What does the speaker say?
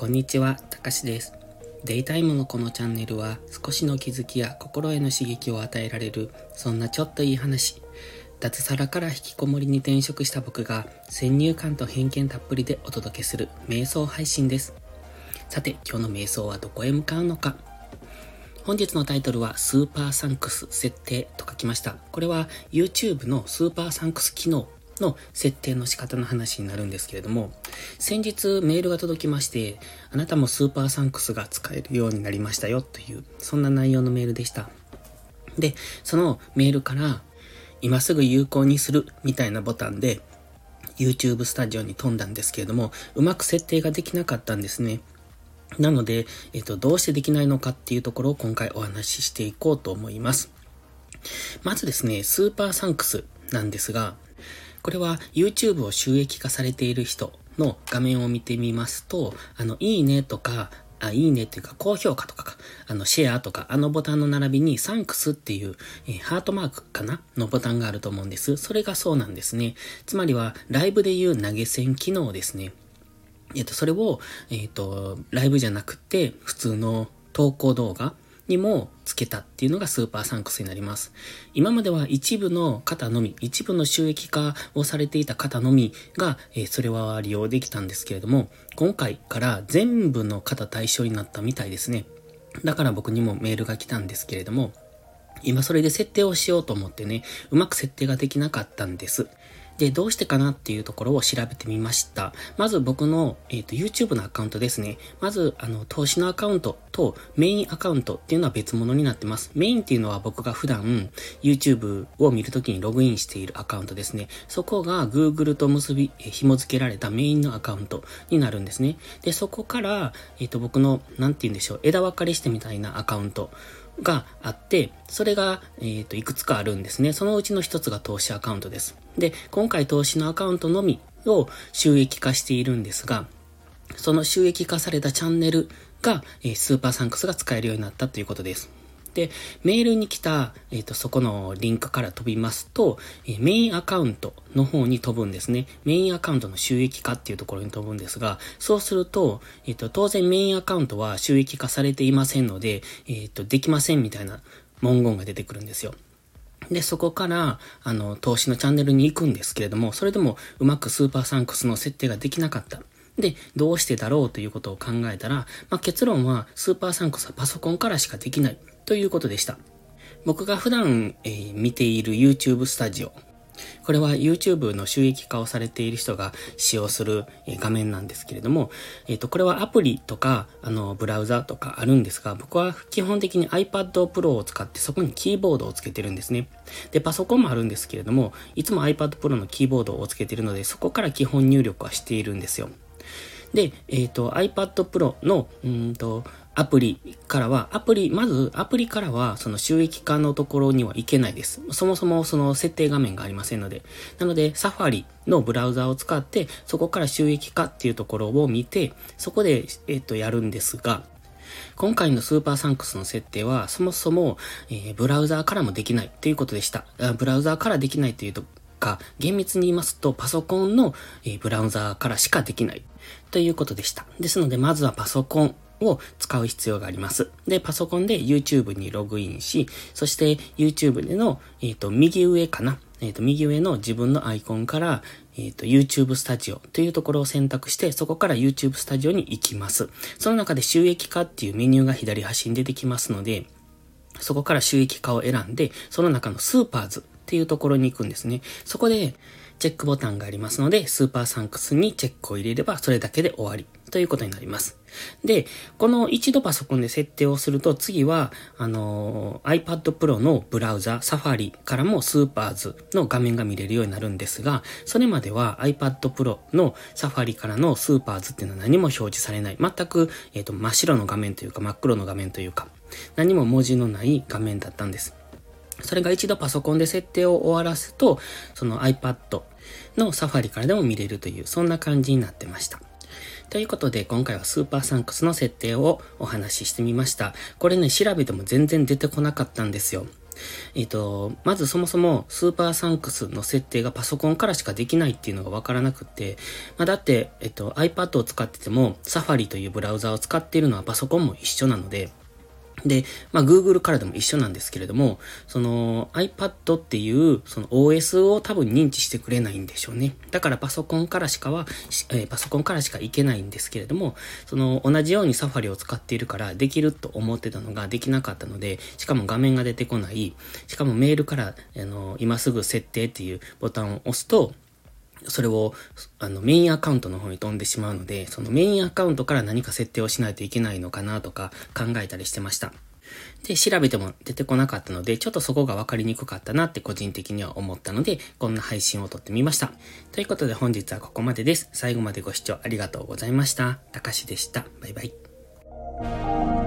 こんにちは、たかしです。デイタイムのこのチャンネルは少しの気づきや心への刺激を与えられる、そんなちょっといい話。脱サラから引きこもりに転職した僕が先入観と偏見たっぷりでお届けする瞑想配信です。さて、今日の瞑想はどこへ向かうのか。本日のタイトルはスーパーサンクス設定と書きました。これは YouTube のスーパーサンクス機能の設定の仕方の話になるんですけれども、先日メールが届きまして、あなたもスーパーサンクスが使えるようになりましたよという、そんな内容のメールでした。で、そのメールから今すぐ有効にするみたいなボタンで YouTube スタジオに飛んだんですけれども、うまく設定ができなかったんですね。なので、どうしてできないのかっていうところを今回お話ししていこうと思います。まずですね、スーパーサンクスなんですが、これは YouTube を収益化されている人の画面を見てみますと、いいねとか、いいねっていうか高評価とかシェアとかボタンの並びにサンクスっていう、ハートマークかなのボタンがあると思うんです。それがそうなんですね。つまりはライブでいう投げ銭機能ですね。それを、ライブじゃなくて普通の投稿動画にもつけたっていうのがスーパーサンクスになります。今までは一部の方のみ、一部の収益化をされていた方のみが、それは利用できたんですけれども、今回から全部の方対象になったみたいですね。だから僕にもメールが来たんですけれども、今それで設定をしようと思ってね、うまく設定ができなかったんです。で、どうしてかなっていうところを調べてみました。まず僕の、YouTube のアカウントですね。まず、投資のアカウントとメインアカウントっていうのは別物になってます。メインっていうのは僕が普段 YouTube を見るときにログインしているアカウントですね。そこが Google と紐付けられたメインのアカウントになるんですね。で、そこから、僕の、なんて言うんでしょう、枝分かれしてみたいなアカウントがあって、それが、いくつかあるんですね。そのうちの一つが投資アカウントです。で、今回投資のアカウントのみを収益化しているんですが、その収益化されたチャンネルが、スーパーサンクスが使えるようになったということです。で、メールに来た、そこのリンクから飛びますと、メインアカウントの方に飛ぶんですね。メインアカウントの収益化っていうところに飛ぶんですが、そうすると、当然メインアカウントは収益化されていませんので、できませんみたいな文言が出てくるんですよ。で、そこから、投資のチャンネルに行くんですけれども、それでもうまくスーパーサンクスの設定ができなかった。で、どうしてだろうということを考えたら、結論はスーパーサンクスはパソコンからしかできないということでした。僕が普段、見ている YouTube スタジオ。これは YouTube の収益化をされている人が使用する画面なんですけれども、これはアプリとか、ブラウザとかあるんですが、僕は基本的に iPad Pro を使ってそこにキーボードをつけてるんですね。で、パソコンもあるんですけれども、いつも iPad Pro のキーボードをつけているので、そこから基本入力はしているんですよ。で、iPad Pro の、アプリからは、まずアプリからはその収益化のところには行けないです。そもそもその設定画面がありませんので。なので、サファリのブラウザを使って、そこから収益化っていうところを見て、そこで、やるんですが、今回のスーパーサンクスの設定は、そもそも、ブラウザーからもできないということでした。ブラウザーからできないというと、厳密に言いますとパソコンのブラウザーからしかできないということでした。ですのでまずはパソコンを使う必要があります。で、パソコンで YouTube にログインし、そして YouTube での、右上かな。右上の自分のアイコンから、YouTube スタジオというところを選択して、そこから YouTube スタジオに行きます。その中で収益化っていうメニューが左端に出てきますので、そこから収益化を選んで、その中のスーパーズっていうところに行くんですね。そこでチェックボタンがありますので、スーパーサンクスにチェックを入れればそれだけで終わりということになります。で、この一度パソコンで設定をすると、次はiPad Pro のブラウザ、サファリからもスーパーズの画面が見れるようになるんですが、それまでは iPad Pro のサファリからのスーパーズっていうのは何も表示されない。全く、真っ白の画面というか真っ黒の画面というか、何も文字のない画面だったんです。それが一度パソコンで設定を終わらすと、その iPad のサファリからでも見れるという、そんな感じになってました。ということで、今回はスーパーサンクスの設定をお話ししてみました。これね、調べても全然出てこなかったんですよ。 まずそもそもスーパーサンクスの設定がパソコンからしかできないっていうのがわからなくって、だって、iPad を使ってても、Safari というブラウザを使っているのはパソコンも一緒なので、で、Google からでも一緒なんですけれども、その iPad っていうその OS を多分認知してくれないんでしょうね。だからパソコンからしかいけないんですけれども、その同じように Safari を使っているからできると思ってたのができなかったので、しかも画面が出てこない、しかもメールから今すぐ設定っていうボタンを押すと、それを、メインアカウントの方に飛んでしまうので、そのメインアカウントから何か設定をしないといけないのかなとか考えたりしてました。で、調べても出てこなかったので、ちょっとそこが分かりにくかったなって個人的には思ったので、こんな配信を撮ってみました。ということで本日はここまでです。最後までご視聴ありがとうございました。たかしでした。バイバイ。